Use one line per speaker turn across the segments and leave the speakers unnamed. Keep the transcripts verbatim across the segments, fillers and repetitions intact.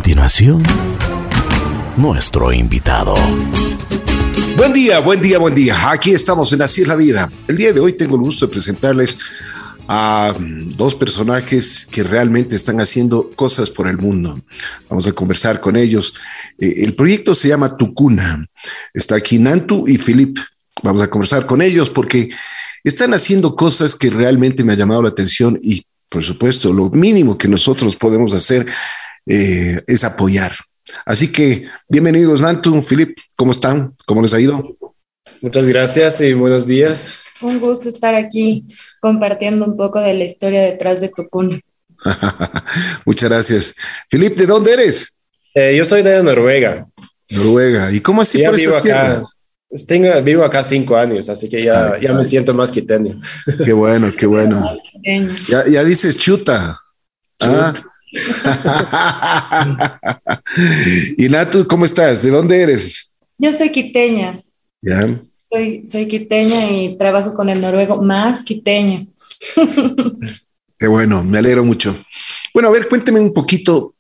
continuación, nuestro invitado.
Buen día, buen día, buen día. Aquí estamos en Así es la Vida. El día de hoy tengo el gusto de presentarles a dos personajes que realmente están haciendo cosas por el mundo. Vamos a conversar con ellos. Eh, el proyecto se llama Tucuna. Está aquí Nantu y Philip. Vamos a conversar con ellos porque están haciendo cosas que realmente me ha llamado la atención y, por supuesto, lo mínimo que nosotros podemos hacer eh, es apoyar. Así que, bienvenidos, Nantu, Philip. ¿Cómo están? ¿Cómo les ha ido?
Muchas gracias y buenos días.
Un gusto estar aquí compartiendo un poco de la historia detrás de Tucuna.
Muchas gracias. Philip, ¿de dónde eres?
Eh, yo soy de Noruega.
Noruega. ¿Y cómo así
ya
por estas
acá,
tierras?
Tengo, vivo acá cinco años, así que ya, ay, ya me siento más quiteño.
Qué bueno, qué bueno. Ya, ya dices chuta. chuta. Ah. Y Natu, ¿cómo estás? ¿De dónde eres?
Yo soy quiteña.
Ya.
Soy, soy quiteña y trabajo con el noruego más quiteña.
Qué bueno, me alegro mucho. Bueno, a ver, cuénteme un poquito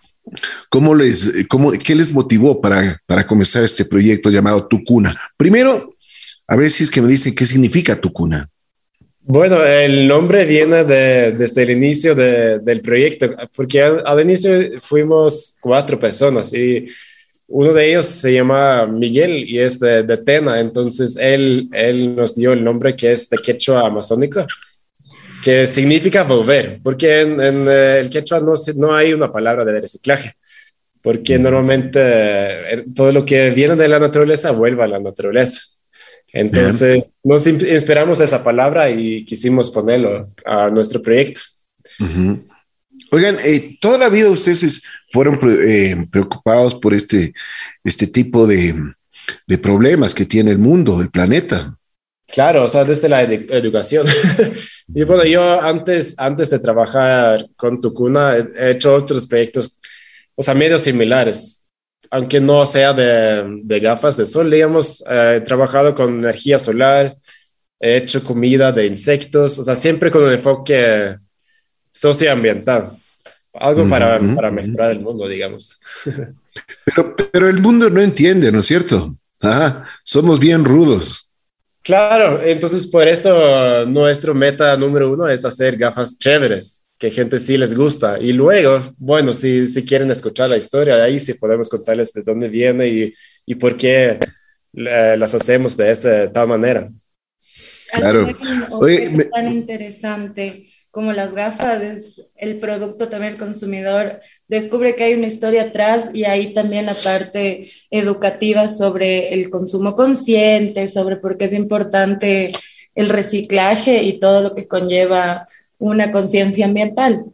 cómo les, cómo, qué les motivó para, para comenzar este proyecto llamado Tucuna. Primero, a ver si es que me dicen qué significa Tucuna.
Bueno, el nombre viene de, desde el inicio de, del proyecto, porque al, al inicio fuimos cuatro personas y uno de ellos se llama Miguel y es de, de Tena, entonces él, él nos dio el nombre que es de quechua amazónico, que significa volver, porque en, en el quechua no, no hay una palabra de reciclaje, porque normalmente eh, todo lo que viene de la naturaleza vuelve a la naturaleza. Entonces Bien. nos inspiramos a esa palabra y quisimos ponerlo a nuestro proyecto.
Uh-huh. Oigan, eh, toda la vida ustedes fueron eh, preocupados por este, este tipo de, de problemas que tiene el mundo, el planeta.
Claro, o sea, desde la edu- educación. Y bueno, yo antes, antes de trabajar con Tucuna he hecho otros proyectos, o sea, medios similares, aunque no sea de, de gafas de sol, digamos, eh, he trabajado con energía solar, he hecho comida de insectos, o sea, siempre con un enfoque socioambiental. Algo para, uh-huh. para mejorar el mundo, digamos.
Pero, pero el mundo no entiende, ¿no es cierto? Ajá, somos bien rudos.
Claro, entonces por eso nuestro meta número uno es hacer gafas chéveres, que gente sí les gusta. Y luego, bueno, si, si quieren escuchar la historia, ahí sí podemos contarles de dónde viene y, y por qué eh, las hacemos de esta tal manera.
Claro.
Oye, es tan interesante como las gafas, es el producto también, el consumidor descubre que hay una historia atrás y ahí también la parte educativa sobre el consumo consciente, sobre por qué es importante el reciclaje y todo lo que conlleva una conciencia ambiental.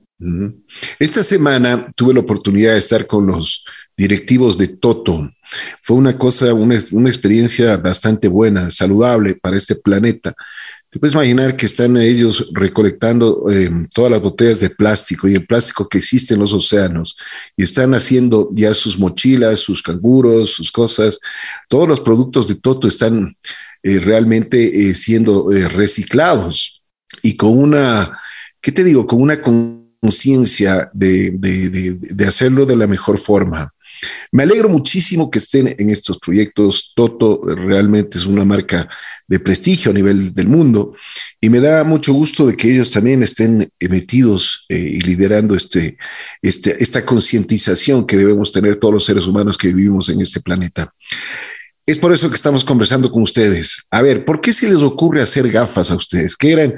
Esta semana tuve la oportunidad de estar con los directivos de Toto. Fue una cosa, una, una experiencia bastante buena, saludable para este planeta. Te puedes imaginar que están ellos recolectando eh, todas las botellas de plástico y el plástico que existe en los océanos y están haciendo ya sus mochilas, sus canguros, sus cosas. Todos los productos de Toto están eh, realmente eh, siendo eh, reciclados y con una, ¿qué te digo? Con una conciencia de, de, de, de hacerlo de la mejor forma. Me alegro muchísimo que estén en estos proyectos. Toto realmente es una marca de prestigio a nivel del mundo y me da mucho gusto de que ellos también estén metidos eh, y liderando este, este, esta concientización que debemos tener todos los seres humanos que vivimos en este planeta. Es por eso que estamos conversando con ustedes. A ver, ¿por qué se les ocurre hacer gafas a ustedes? ¿Qué eran?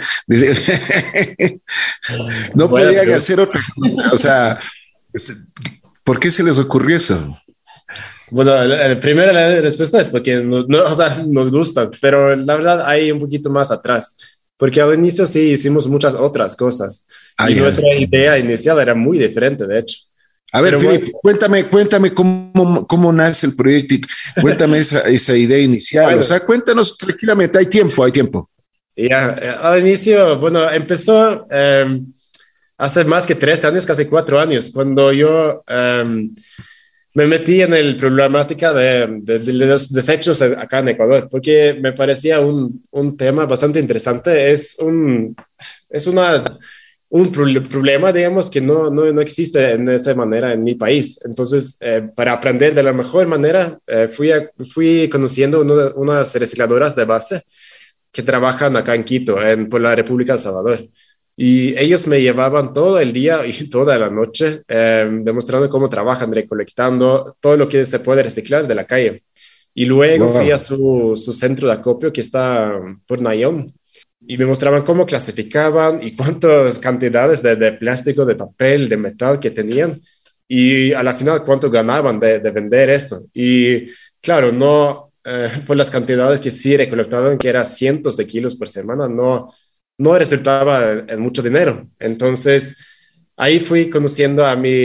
No bueno, podían pero... hacer otra cosa. O sea, ¿por qué se les ocurrió eso?
Bueno, la primera la respuesta es porque nos, no, o sea, nos gustan, pero la verdad hay un poquito más atrás, porque al inicio sí hicimos muchas otras cosas ah, y yeah. nuestra idea inicial era muy diferente, de hecho.
A ver, Philip, bueno, cuéntame, cuéntame cómo, cómo nace el proyecto y cuéntame esa, esa idea inicial. Bueno, o sea, cuéntanos tranquilamente, hay tiempo, hay tiempo.
Ya, al inicio, bueno, empezó eh, hace más que tres años, casi cuatro años, cuando yo eh, me metí en el problemática de, de, de los desechos acá en Ecuador, porque me parecía un, un tema bastante interesante. Es, un, es una un pro- problema, digamos, que no, no, no existe en esa manera en mi país. Entonces, eh, para aprender de la mejor manera, eh, fui, a, fui conociendo uno, unas recicladoras de base que trabajan acá en Quito, en, por la República de El Salvador. Y ellos me llevaban todo el día y toda la noche eh, demostrando cómo trabajan, recolectando todo lo que se puede reciclar de la calle. Y luego
Wow.
fui a su, su centro de acopio que está por Nayón y me mostraban cómo clasificaban y cuántas cantidades de, de plástico, de papel, de metal que tenían y a la final cuánto ganaban de, de vender esto. Y claro, no eh, por las cantidades que sí recolectaban, que eran cientos de kilos por semana, no, no resultaba en mucho dinero. Entonces, ahí fui conociendo a mi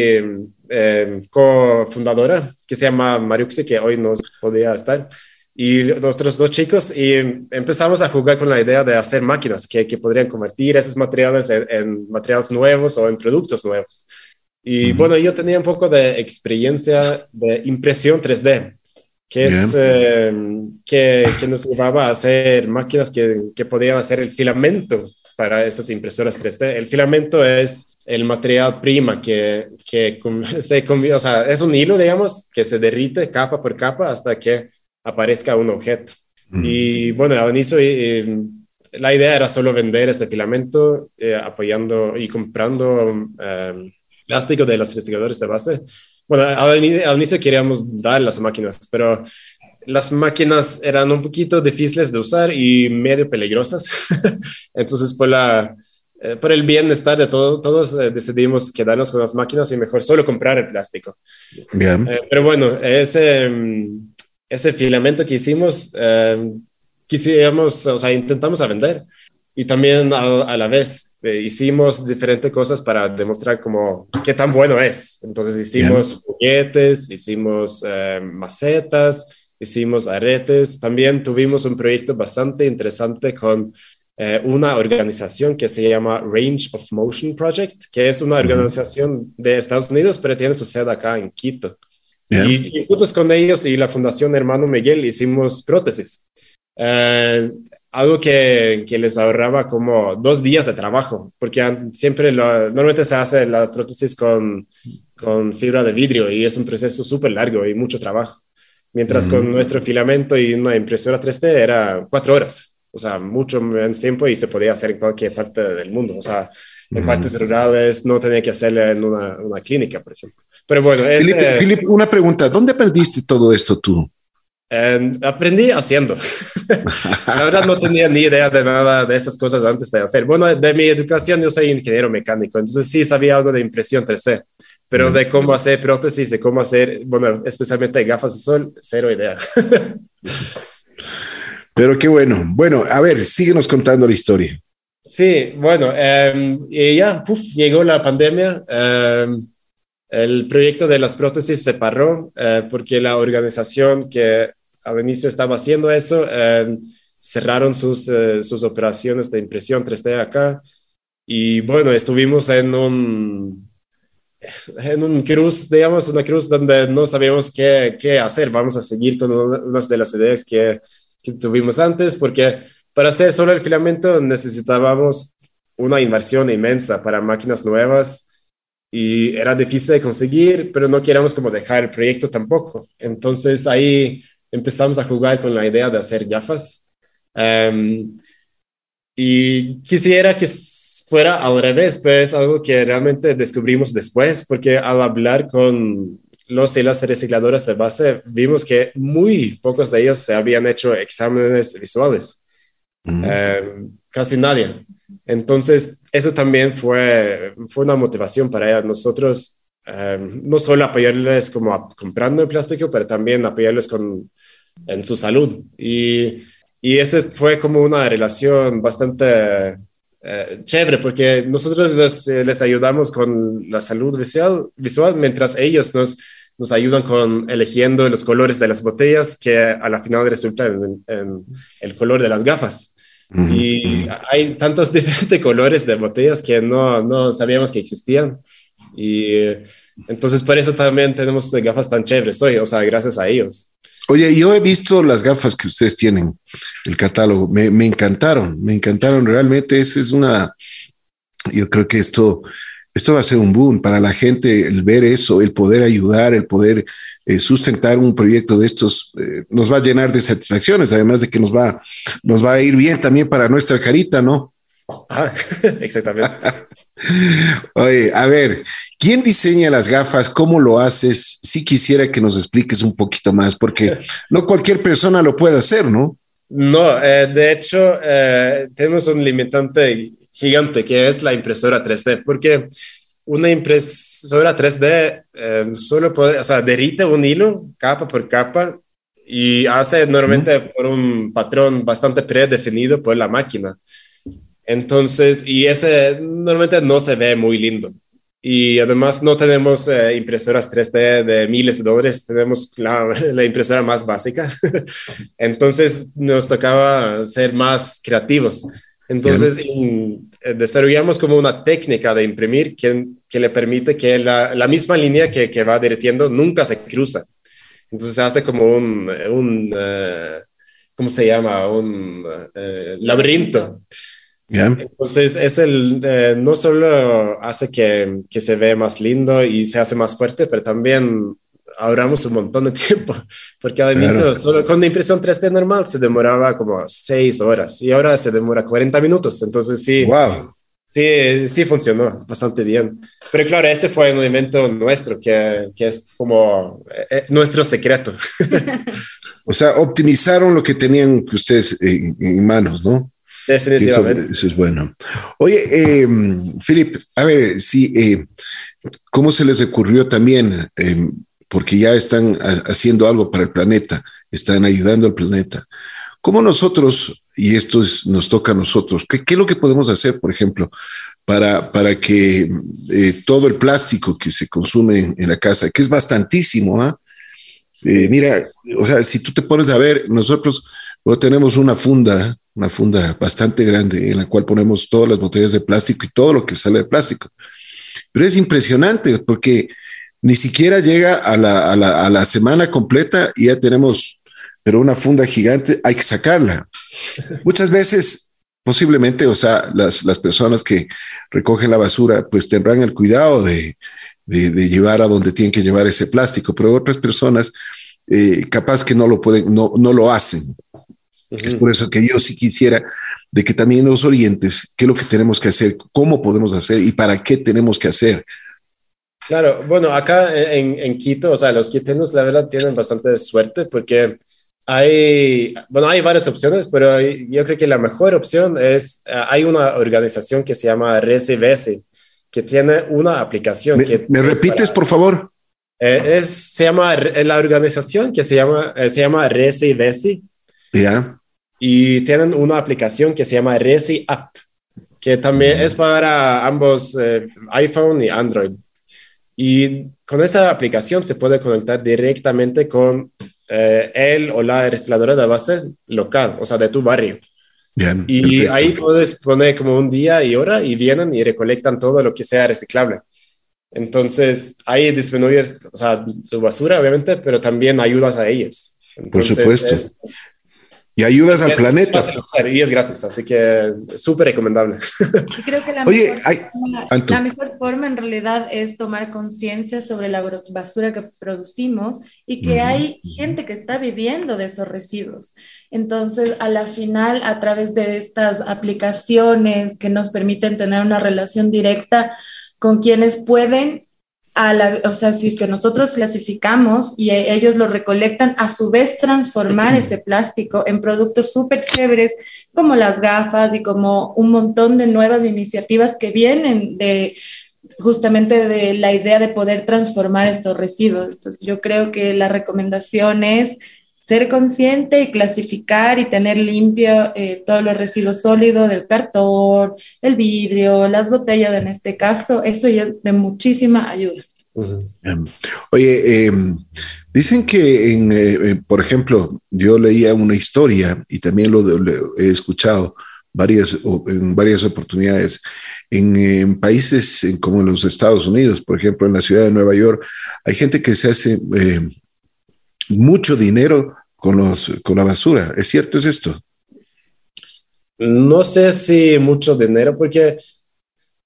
eh, cofundadora, que se llama Mariuxi, que hoy no podía estar, y nosotros dos chicos, y empezamos a jugar con la idea de hacer máquinas que, que podrían convertir esos materiales en, en materiales nuevos o en productos nuevos. Y uh-huh. bueno, yo tenía un poco de experiencia de impresión tres D, que es yeah. eh, que, que nos llevaba a hacer máquinas que, que podían hacer el filamento para esas impresoras tres D. El filamento es el material prima que, que se o sea, es un hilo, digamos, que se derrite capa por capa hasta que aparezca un objeto. Mm. Y bueno, al inicio eh, la idea era solo vender ese filamento eh, apoyando y comprando eh, plástico de los recicladores de base. Bueno, al, al inicio queríamos dar las máquinas, pero las máquinas eran un poquito difíciles de usar y medio peligrosas. Entonces, por, la, eh, por el bienestar de todo, todos eh, decidimos quedarnos con las máquinas y mejor solo comprar el plástico.
Bien.
Eh, pero bueno, ese, ese filamento que hicimos, eh, quisimos, o sea, intentamos a vender. Y también a, a la vez eh, hicimos diferentes cosas para demostrar como qué tan bueno es. Entonces hicimos Bien. juguetes, hicimos eh, macetas, hicimos aretes. También tuvimos un proyecto bastante interesante con eh, una organización que se llama Range of Motion Project, que es una organización de Estados Unidos, pero tiene su sede acá en Quito. Yeah. Y, y juntos con ellos y la Fundación Hermano Miguel hicimos prótesis. Eh, algo que, que les ahorraba como dos días de trabajo, porque siempre lo, normalmente se hace la prótesis con, con fibra de vidrio y es un proceso súper largo y mucho trabajo. Mientras mm. con nuestro filamento y una impresora tres D era cuatro horas, o sea, mucho menos tiempo y se podía hacer en cualquier parte del mundo, o sea, en mm. partes rurales no tenía que hacerlo en una, una clínica, por ejemplo. Pero bueno, es,
Felipe, eh, Felipe, una pregunta, ¿dónde aprendiste todo esto tú?
Eh, aprendí haciendo. La verdad no tenía ni idea de nada de estas cosas antes de hacer. Bueno, de mi educación yo soy ingeniero mecánico, entonces sí sabía algo de impresión tres D, pero mm. de cómo hacer prótesis, de cómo hacer, bueno, especialmente gafas de sol, cero idea.
Pero qué bueno. Bueno, a ver, síguenos contando la historia.
Sí, bueno, eh, y ya, puf, llegó la pandemia. Eh, el proyecto de las prótesis se paró eh, porque la organización que al inicio estaba haciendo eso, eh, cerraron sus, eh, sus operaciones de impresión tres D acá. Y bueno, estuvimos en un, en un cruz, digamos, una cruz donde no sabíamos qué, qué hacer. Vamos a seguir con unas de las ideas que, que tuvimos antes, porque para hacer solo el filamento necesitábamos una inversión inmensa para máquinas nuevas y era difícil de conseguir, pero no queríamos como dejar el proyecto tampoco. Entonces ahí empezamos a jugar con la idea de hacer gafas. Um, y quisiera que fuera al revés, pero es algo que realmente descubrimos después, porque al hablar con los y las recicladoras de base, vimos que muy pocos de ellos se habían hecho exámenes visuales. Mm. Um, casi nadie. Entonces, eso también fue, fue una motivación para nosotros, um, no solo apoyarles como a, comprando el plástico, pero también apoyarles con en su salud. Y, y ese fue como una relación bastante eh, chévere, porque nosotros les, les ayudamos con la salud visual, visual mientras ellos nos, nos ayudan con eligiendo los colores de las botellas que a la final resultan en, en el color de las gafas. Uh-huh. Y hay tantos diferentes colores de botellas que no, no sabíamos que existían. Y entonces por eso también tenemos gafas tan chéveres hoy, o sea, gracias a ellos.
Oye, yo he visto las gafas que ustedes tienen, el catálogo, me, me encantaron, me encantaron realmente. Esa es una, yo creo que esto, esto va a ser un boom para la gente, el ver eso, el poder ayudar, el poder eh, sustentar un proyecto de estos, eh, nos va a llenar de satisfacciones, además de que nos va, nos va a ir bien también para nuestra carita, ¿no?
Ah, exactamente.
Oye, a ver, ¿quién diseña las gafas? ¿Cómo lo haces? Sí quisiera que nos expliques un poquito más, porque no cualquier persona lo puede hacer, ¿no?
No, eh, de hecho, eh, tenemos un limitante gigante que es la impresora tres D, porque una impresora tres D eh, solo puede, o sea, derrite un hilo capa por capa y hace normalmente uh-huh. por un patrón bastante predefinido por la máquina. Entonces, y ese normalmente no se ve muy lindo. Y además no tenemos eh, impresoras tres D de miles de dólares, tenemos la, la impresora más básica. Entonces nos tocaba ser más creativos. Entonces in, eh, desarrollamos como una técnica de imprimir que, que le permite que la, la misma línea que, que va derritiendo nunca se cruza. Entonces se hace como un, un uh, ¿cómo se llama? Un uh, laberinto.
Yeah.
Entonces, es el, eh, no solo hace que, que se vea más lindo y se hace más fuerte, pero también ahorramos un montón de tiempo, porque al claro. inicio, solo con la impresión tres D normal se demoraba como seis horas y ahora se demora cuarenta minutos. Entonces, sí,
wow.
sí, sí funcionó bastante bien. Pero claro, este fue un invento nuestro que, que es como eh, nuestro secreto.
O sea, optimizaron lo que tenían ustedes en, en manos, ¿no?
Definitivamente.
Eso, eso es bueno. Oye, eh, Philip, a ver, sí, eh, ¿cómo se les ocurrió también? Eh, porque ya están a, haciendo algo para el planeta, están ayudando al planeta. ¿Cómo nosotros, y esto es, nos toca a nosotros, ¿qué, qué es lo que podemos hacer, por ejemplo, para, para que eh, todo el plástico que se consume en, en la casa, que es bastantísimo, ¿ah? ¿eh? Eh, mira, o sea, si tú te pones a ver, nosotros bueno, tenemos una funda, una funda bastante grande en la cual ponemos todas las botellas de plástico y todo lo que sale de plástico. Pero es impresionante porque ni siquiera llega a la, a la, a la semana completa y ya tenemos, pero una funda gigante, hay que sacarla. Muchas veces, posiblemente, o sea, las, las personas que recogen la basura, pues tendrán el cuidado de, de, de llevar a donde tienen que llevar ese plástico, pero otras personas eh, capaz que no lo pueden, no, no lo hacen. Uh-huh. Es por eso que yo sí quisiera de que también nos orientes qué es lo que tenemos que hacer, cómo podemos hacer y para qué tenemos que hacer.
Claro, bueno, acá en, en Quito, o sea, los quiteños la verdad tienen bastante suerte porque hay, bueno, hay varias opciones, pero yo creo que la mejor opción es, hay una organización que se llama Recivesi, que tiene una aplicación.
¿Me,
que
¿me repites,
para,
por favor?
Eh, es, se llama, la organización que se llama, eh, se llama Recivesi.
Ya. Yeah.
Y tienen una aplicación que se llama Reci App, que también es para ambos eh, iPhone y Android. Y con esa aplicación se puede conectar directamente con eh, él o la recicladora de base local, o sea, de tu barrio.
Bien,
y
perfecto.
Ahí puedes poner como un día y hora y vienen y recolectan todo lo que sea reciclable. Entonces, ahí disminuyes, o sea, su basura, obviamente, pero también ayudas a ellos. Entonces,
por supuesto.
Es,
y ayudas al
es
planeta.
Y es gratis, así que es súper recomendable.
Y creo que la,
Oye,
mejor
hay,
forma, la mejor forma en realidad es tomar conciencia sobre la basura que producimos y que uh-huh. hay gente que está viviendo de esos residuos. Entonces, a la final, a través de estas aplicaciones que nos permiten tener una relación directa con quienes pueden, a la, o sea, si es que nosotros clasificamos y ellos lo recolectan, a su vez transformar ese plástico en productos súper chéveres como las gafas y como un montón de nuevas iniciativas que vienen de justamente de la idea de poder transformar estos residuos. Entonces yo creo que la recomendación es ser consciente y clasificar y tener limpio eh, todos los residuos sólidos del cartón, el vidrio, las botellas en este caso, eso ya es de muchísima ayuda.
Uh-huh. Um, oye, eh, dicen que, en, eh, por ejemplo, yo leía una historia y también lo, lo he escuchado varias, en varias oportunidades, en, en países en, como en los Estados Unidos, por ejemplo, en la ciudad de Nueva York, hay gente que se hace... Eh, mucho dinero con, los, con la basura. ¿Es cierto es esto?
No sé si mucho dinero, porque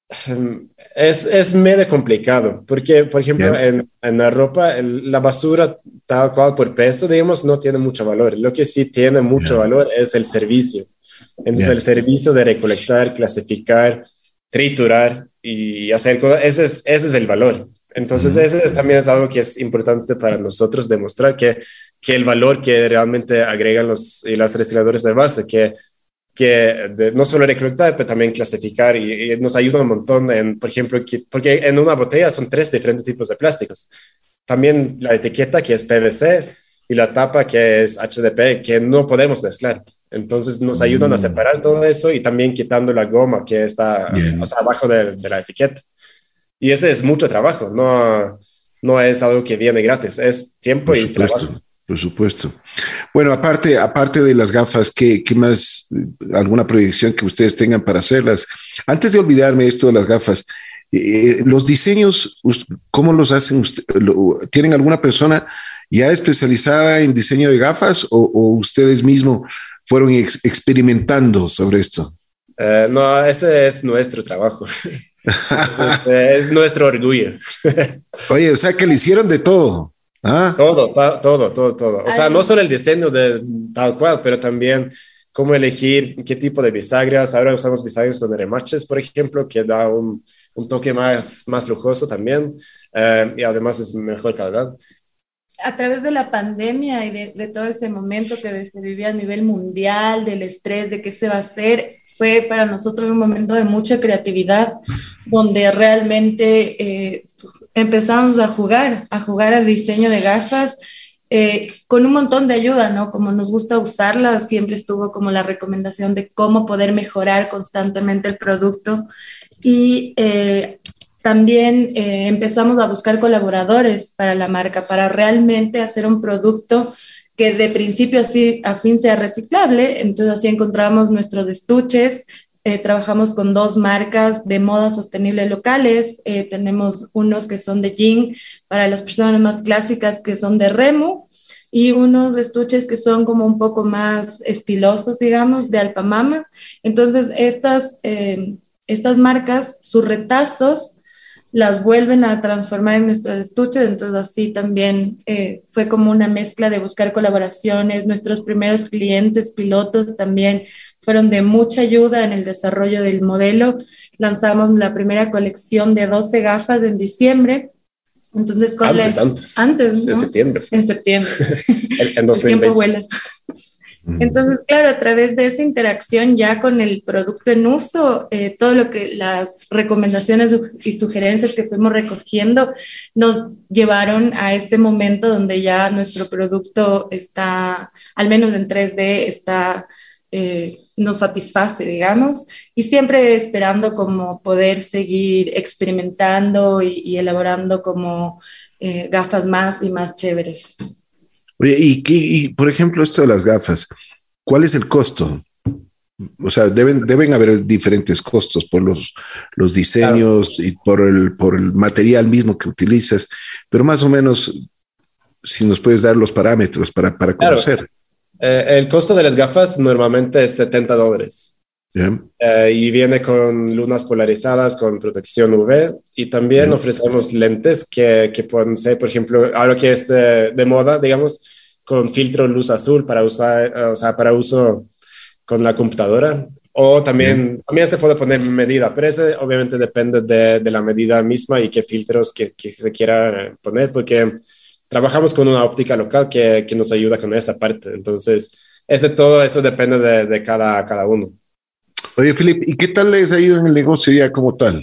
Es, es medio complicado, porque, por ejemplo, en, en la ropa, el, la basura tal cual por peso, digamos, no tiene mucho valor. Lo que sí tiene mucho
Yeah.
valor es el servicio. Entonces,
Yeah.
el servicio de recolectar, clasificar, triturar y hacer cosas, ese es, ese es el valor. Entonces,
Uh-huh.
ese es, también es algo que es importante para nosotros demostrar que, que el valor que realmente agregan los, y las recicladores de base, que que de, no solo recolectar, pero también clasificar y, y nos ayuda un montón en, por ejemplo, que, porque en una botella son tres diferentes tipos de plásticos. También la etiqueta que es P V C y la tapa que es H D P, que no podemos mezclar. Entonces nos ayudan a separar todo eso y también quitando la goma que está,
Bien.
o sea, abajo de, de la etiqueta. Y ese es mucho trabajo, no, no es algo que viene gratis, es tiempo
Por
y
supuesto,
trabajo.
por supuesto. Bueno, aparte, aparte de las gafas, ¿qué, qué más, alguna proyección que ustedes tengan para hacerlas? Antes de olvidarme esto de las gafas, eh, los diseños, ¿cómo los hacen ustedes? ¿Tienen alguna persona ya especializada en diseño de gafas o, o ustedes mismos fueron ex experimentando sobre esto?
Uh, no, ese es nuestro trabajo. Es nuestro orgullo.
Oye, o sea que le hicieron de todo. ¿Ah?
Todo, todo, todo, todo. O sea, no solo el diseño de tal cual, pero también cómo elegir qué tipo de bisagras. Ahora usamos bisagras con remaches, por ejemplo, que da un, un toque más, más lujoso también. Uh, y además es mejor calidad.
A través de la pandemia y de, de todo ese momento que se vivía a nivel mundial, del estrés, de qué se va a hacer, fue para nosotros un momento de mucha creatividad, donde realmente eh, empezamos a jugar, a jugar al diseño de gafas, eh, con un montón de ayuda, ¿no? Como nos gusta usarlas, siempre estuvo como la recomendación de cómo poder mejorar constantemente el producto. Y eh, también eh, empezamos a buscar colaboradores para la marca, para realmente hacer un producto que de principio así, a fin sea reciclable. Entonces así encontramos nuestros estuches, eh, trabajamos con dos marcas de moda sostenible locales, eh, tenemos unos que son de jean para las personas más clásicas que son de remo y unos estuches que son como un poco más estilosos, digamos, de alpamamas. Entonces estas, eh, estas marcas, sus retazos, las vuelven a transformar en nuestros estuches, entonces así también eh, fue como una mezcla de buscar colaboraciones. Nuestros primeros clientes pilotos también fueron de mucha ayuda en el desarrollo del modelo. Lanzamos la primera colección de doce gafas en diciembre. Entonces, con
antes,
la,
antes,
antes, ¿no?
En septiembre.
En septiembre.
en, en dos mil veinte.
El tiempo vuela. Entonces, claro, a través de esa interacción ya con el producto en uso, eh, todo lo que las recomendaciones y sugerencias que fuimos recogiendo nos llevaron a este momento donde ya nuestro producto está, al menos en tres D, está, eh, nos satisface, digamos, y siempre esperando como poder seguir experimentando y, y elaborando como eh, gafas más y más chéveres.
Oye, y, y, y por ejemplo, esto de las gafas, ¿cuál es el costo? O sea, deben, deben haber diferentes costos por los, los diseños claro. y por el, por el material mismo que utilizas, pero más o menos, si nos puedes dar los parámetros para, para conocer.
Claro. Eh, el costo de las gafas normalmente es setenta dólares. Yeah. Eh, y viene con lunas polarizadas, con protección U V, y también yeah. ofrecemos lentes que, que pueden ser, por ejemplo, ahora que es de, de moda, digamos, con filtro luz azul para usar, uh, o sea, para uso con la computadora, o también, yeah. también se puede poner medida, pero ese obviamente depende de, de la medida misma y qué filtros que, que se quiera poner, porque trabajamos con una óptica local que, que nos ayuda con esa parte, entonces ese todo eso depende de, de cada, cada uno.
Oye, Philip, ¿y qué tal les ha ido en el negocio ya como tal?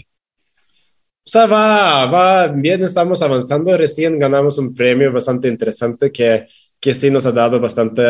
O sea, va, va bien, estamos avanzando. Recién ganamos un premio bastante interesante que, que sí nos ha dado bastante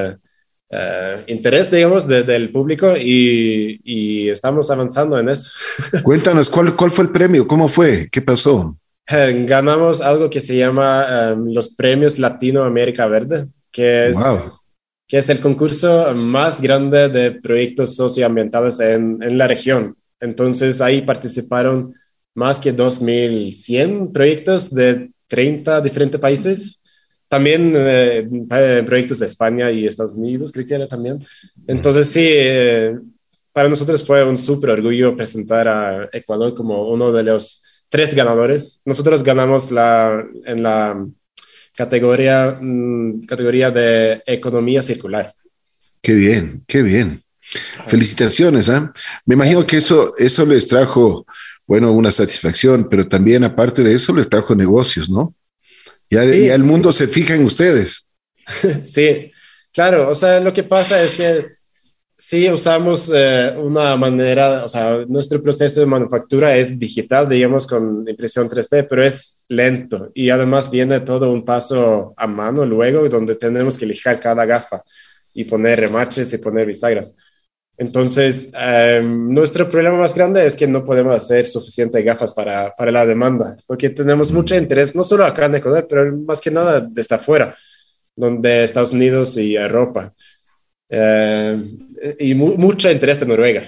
uh, interés, digamos, de, del público y, y estamos avanzando en eso.
Cuéntanos, ¿cuál, ¿cuál fue el premio? ¿Cómo fue? ¿Qué pasó?
Ganamos algo que se llama um, los Premios Latinoamérica Verde, que es...
Wow.
que es el concurso más grande de proyectos socioambientales en, en la región. Entonces, ahí participaron más que dos mil cien proyectos de treinta diferentes países. También eh, proyectos de España y Estados Unidos, creo que era también. Entonces, sí, eh, para nosotros fue un súper orgullo presentar a Ecuador como uno de los tres ganadores. Nosotros ganamos la, en la categoría, mmm, categoría de economía circular.
Qué bien, qué bien. Felicitaciones, ¿eh? Me imagino que eso, eso les trajo, bueno, una satisfacción, pero también aparte de eso les trajo negocios, ¿no? Ya,
Sí,
ya el mundo se fija en ustedes.
sí, claro. O sea, lo que pasa es que sí usamos eh, una manera, o sea, nuestro proceso de manufactura es digital, digamos, con impresión tres D, pero es lento y además viene todo un paso a mano luego, donde tenemos que lijar cada gafa y poner remaches y poner bisagras. Entonces, eh, nuestro problema más grande es que no podemos hacer suficientes gafas para, para la demanda, porque tenemos mucho interés, no solo acá en Ecuador, pero más que nada desde afuera, donde Estados Unidos y Europa. Eh, y mu mucho interés de Noruega.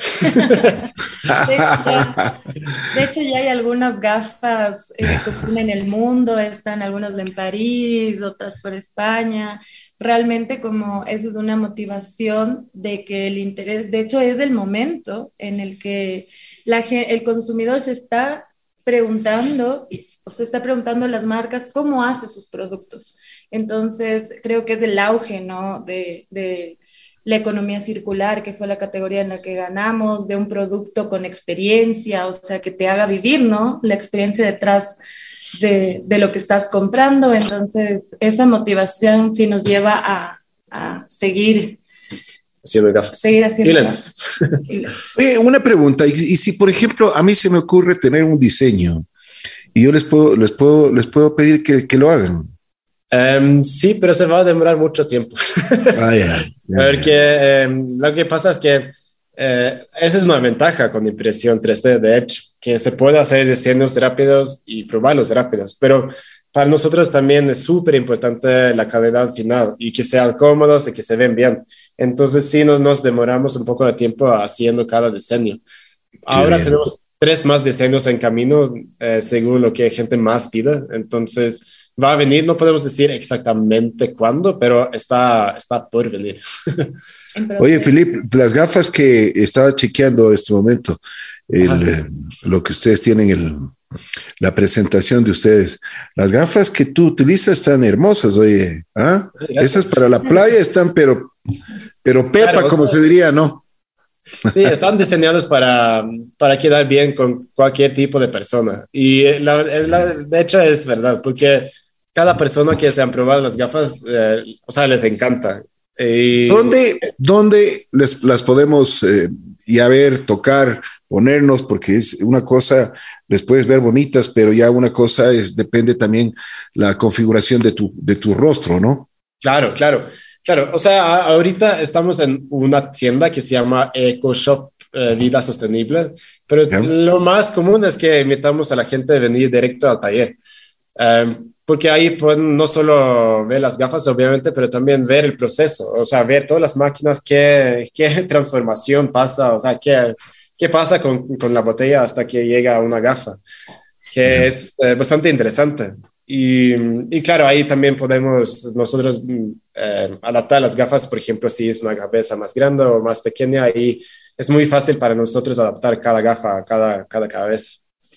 De hecho, ya, de hecho, ya hay algunas gafas eh, que están en el mundo, están algunas en París, otras por España. Realmente como esa es una motivación de que el interés, de hecho es el momento en el que la, el consumidor se está preguntando, o se está preguntando a las marcas cómo hace sus productos. Entonces creo que es el auge, ¿no? de, de la economía circular, que fue la categoría en la que ganamos, de un producto con experiencia, o sea, que te haga vivir, ¿no? La experiencia detrás de, de lo que estás comprando. Entonces, esa motivación sí nos lleva a, a seguir
haciendo gafas.
Seguir haciendo
y
gafas.
Oye, una pregunta, y, y si por ejemplo a mí se me ocurre tener un diseño y yo les puedo, les puedo, les puedo pedir que, que lo hagan.
Um, sí, pero se va a demorar mucho tiempo.
Ah, yeah, yeah,
Porque
yeah.
um, lo que pasa es que eh, esa es una ventaja con impresión tres D, de hecho, que se puede hacer diseños rápidos y probarlos rápidos, pero para nosotros también es súper importante la calidad final y que sean cómodos y que se ven bien. Entonces sí nos, nos demoramos un poco de tiempo haciendo cada diseño. Ahora
bien.
tenemos tres más diseños en camino, eh, según lo que gente más pide. Entonces va a venir, no podemos decir exactamente cuándo, pero está, está por venir.
Oye, Philippe, las gafas que estaba chequeando en este momento, el, eh, lo que ustedes tienen, el, la presentación de ustedes, las gafas que tú utilizas están hermosas, oye. ¿Ah? Esas para la playa están, pero, pero pepa, claro, como o sea, se diría, ¿no?
Sí, están diseñados para, para quedar bien con cualquier tipo de persona. Y la, la, de hecho es verdad, porque cada persona que se han probado las gafas, eh, o sea, les encanta. Y...
¿Dónde, dónde les, las podemos eh, ya ver, tocar, ponernos? Porque es una cosa, les puedes ver bonitas, pero ya una cosa es, depende también la configuración de tu, de tu rostro, ¿no?
Claro, claro. Claro, o sea, ahorita estamos en una tienda que se llama EcoShop eh, Vida Sostenible, pero yeah. lo más común es que invitamos a la gente a venir directo al taller, um, porque ahí pueden no solo ver las gafas, obviamente, pero también ver el proceso, o sea, ver todas las máquinas, qué, qué transformación pasa, o sea, qué, qué pasa con, con la botella hasta que llega a una gafa, que yeah. es eh, bastante interesante. Y, y claro, ahí también podemos nosotros eh, adaptar las gafas, por ejemplo, si es una cabeza más grande o más pequeña, y es muy fácil para nosotros adaptar cada gafa a cada, cada cabeza.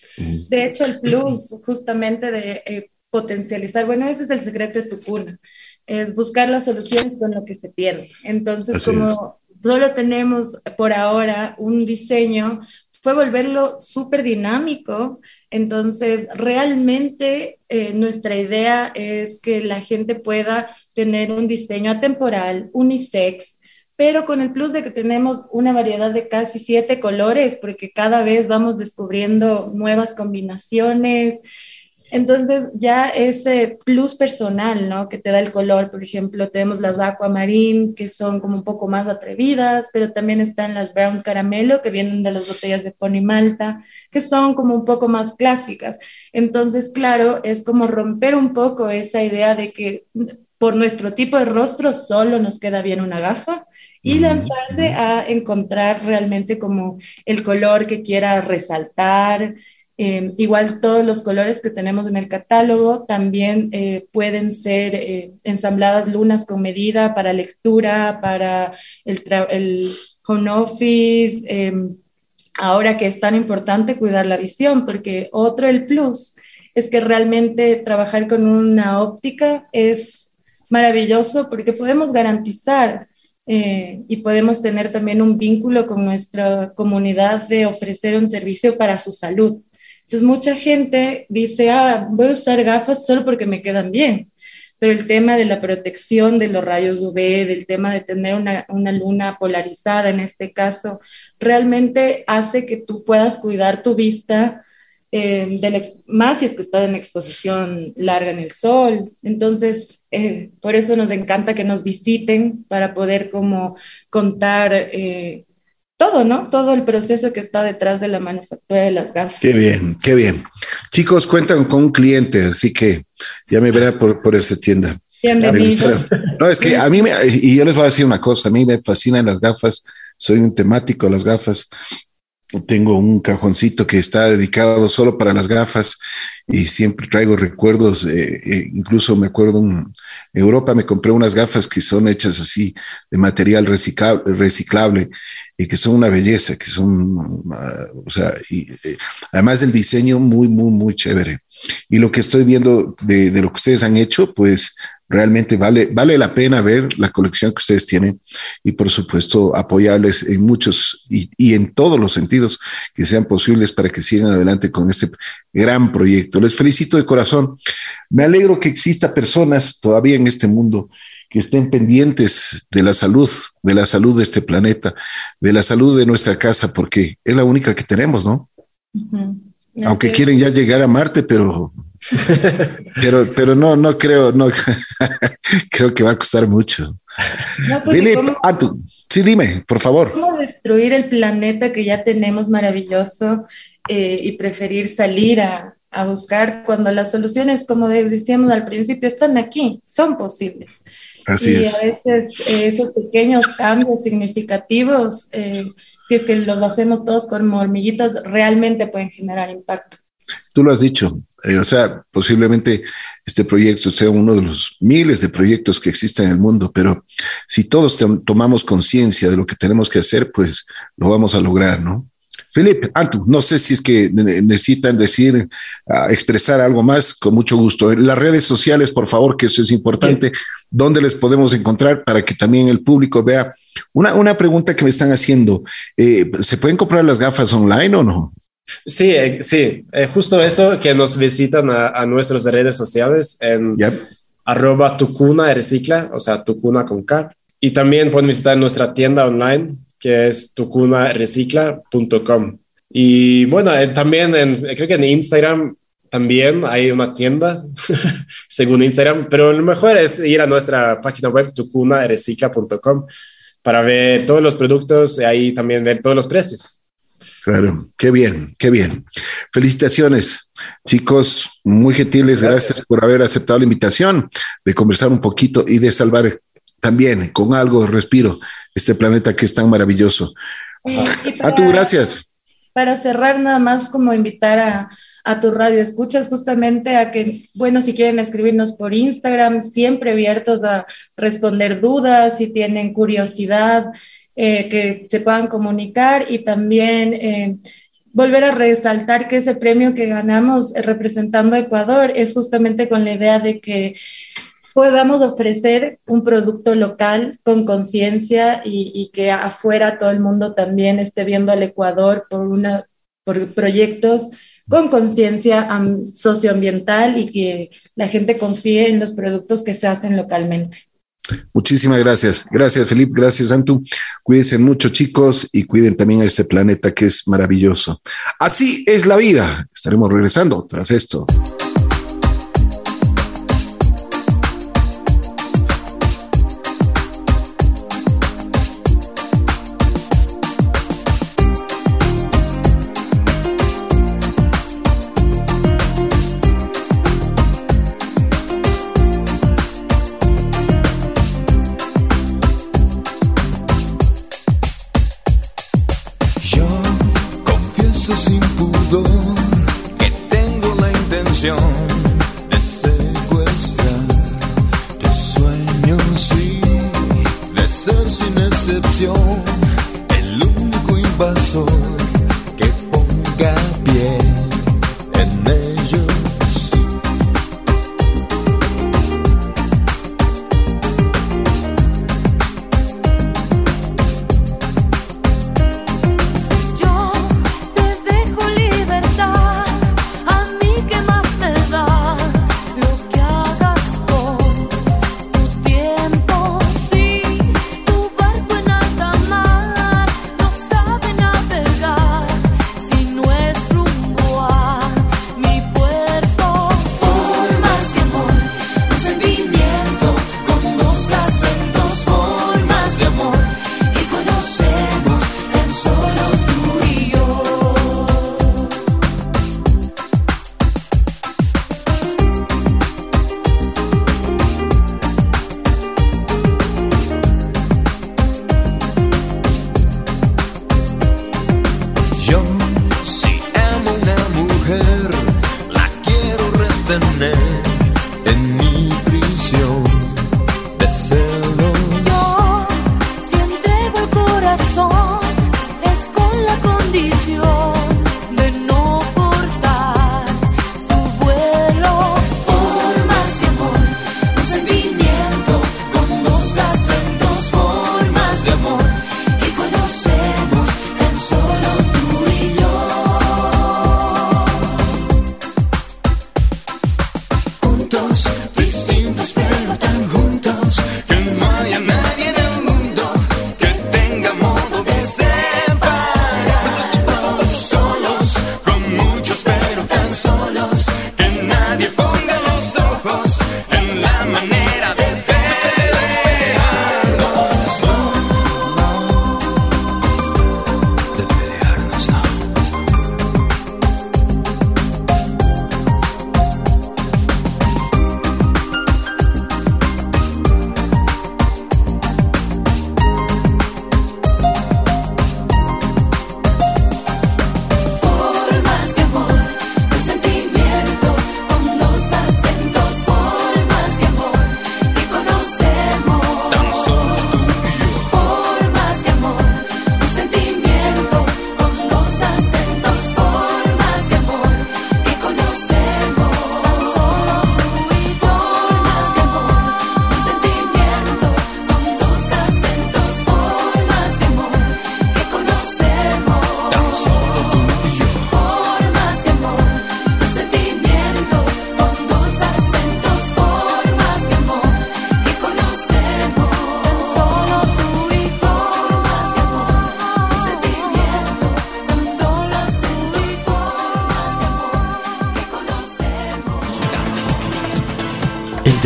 De hecho, el plus justamente de eh, potencializar, bueno, ese es el secreto de tu cuna, es buscar las soluciones con lo que se tiene. Entonces, Así como es. Solo tenemos por ahora un diseño, fue volverlo súper dinámico. Entonces, realmente eh, nuestra idea es que la gente pueda tener un diseño atemporal, unisex, pero con el plus de que tenemos una variedad de casi siete colores, porque cada vez vamos descubriendo nuevas combinaciones. Entonces, ya ese plus personal, ¿no?, que te da el color. Por ejemplo, tenemos las Aquamarine, que son como un poco más atrevidas, pero también están las Brown Caramelo, que vienen de las botellas de Pony Malta, que son como un poco más clásicas. Entonces, claro, es como romper un poco esa idea de que por nuestro tipo de rostro solo nos queda bien una gafa y lanzarse a encontrar realmente como el color que quiera resaltar. Eh, igual todos los colores que tenemos en el catálogo también eh, pueden ser eh, ensambladas lunas con medida para lectura, para el, el home office, eh, ahora que es tan importante cuidar la visión, porque otro, el plus, es que realmente trabajar con una óptica es maravilloso porque podemos garantizar eh, y podemos tener también un vínculo con nuestra comunidad de ofrecer un servicio para su salud. Entonces mucha gente dice, ah, voy a usar gafas solo porque me quedan bien, pero el tema de la protección de los rayos U V, del tema de tener una, una luna polarizada en este caso, realmente hace que tú puedas cuidar tu vista, eh, del ex- más si es que estás en exposición larga en el sol. Entonces, eh, por eso nos encanta que nos visiten para poder como contar eh, todo, ¿no? Todo el proceso que está detrás de la manufactura de las gafas.
Qué bien, qué bien. Chicos, cuentan con un cliente, así que ya me verán por, por esta tienda.
Bienvenido.
No, es que a mí, me, y yo les voy a decir una cosa, a mí me fascinan las gafas, soy un temático de las gafas. Tengo un cajoncito que está dedicado solo para las gafas y siempre traigo recuerdos. Eh, eh, incluso me acuerdo en Europa me compré unas gafas que son hechas así de material reciclable, reciclable y que son una belleza, que son, uh, o sea, y, eh, además del diseño muy, muy, muy chévere. Y lo que estoy viendo de, de lo que ustedes han hecho, pues realmente vale, vale la pena ver la colección que ustedes tienen y por supuesto apoyarles en muchos y, y en todos los sentidos que sean posibles para que sigan adelante con este gran proyecto. Les felicito de corazón. Me alegro que exista personas todavía en este mundo que estén pendientes de la salud, de la salud de este planeta, de la salud de nuestra casa, porque es la única que tenemos, ¿no? Uh-huh. Aunque quieren ya llegar a Marte, pero pero, pero no, no creo, no creo que va a costar mucho. No, pues, Philip, ¿cómo, ah, tú, sí, dime, por favor.
¿Cómo destruir el planeta que ya tenemos maravilloso eh, y preferir salir a, a buscar cuando las soluciones, como decíamos al principio, están aquí, son posibles?
Así
y
es.
a veces eh, esos pequeños cambios significativos, eh, si es que los hacemos todos como hormiguitas, realmente pueden generar impacto.
Tú lo has dicho, eh, o sea, posiblemente este proyecto sea uno de los miles de proyectos que existen en el mundo, pero si todos te, tomamos conciencia de lo que tenemos que hacer, pues lo vamos a lograr, ¿no? Philip, Antu, no sé si es que necesitan decir, uh, expresar algo más, con mucho gusto. En las redes sociales, por favor, que eso es importante, sí. ¿Dónde les podemos encontrar para que también el público vea? Una, una pregunta que me están haciendo, eh, ¿se pueden comprar las gafas online o no?
Sí, eh, sí, eh, justo eso, que nos visitan a, a nuestras redes sociales en yep. arroba tucuna recicla, o sea, tucuna con K, y también pueden visitar nuestra tienda online, que es tucuna recicla punto com. Y bueno, eh, también en, creo que en Instagram también hay una tienda, según Instagram, pero lo mejor es ir a nuestra página web tucuna recicla punto com para ver todos los productos y ahí también ver todos los precios.
Claro, qué bien, qué bien. Felicitaciones, chicos, muy gentiles, gracias. gracias por haber aceptado la invitación de conversar un poquito y de salvar también con algo de respiro este planeta que es tan maravilloso.
Sí, para,
a tu gracias.
Para cerrar, nada más como invitar a, a tu radio escuchas justamente a que, bueno, si quieren escribirnos por Instagram, siempre abiertos a responder dudas, si tienen curiosidad, Eh, que se puedan comunicar y también eh, volver a resaltar que ese premio que ganamos eh, representando a Ecuador es justamente con la idea de que podamos ofrecer un producto local con conciencia y, y que afuera todo el mundo también esté viendo al Ecuador por, una, por proyectos con conciencia um, socioambiental y que la gente confíe en los productos que se hacen localmente.
Muchísimas gracias. Gracias, Felipe. Gracias, Antu. Cuídense mucho, chicos, y cuiden también a este planeta que es maravilloso. Así es la vida. Estaremos regresando tras esto.
El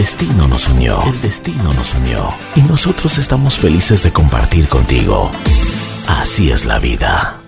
destino nos unió. El destino nos unió. Y nosotros estamos felices de compartir contigo. Así es la vida.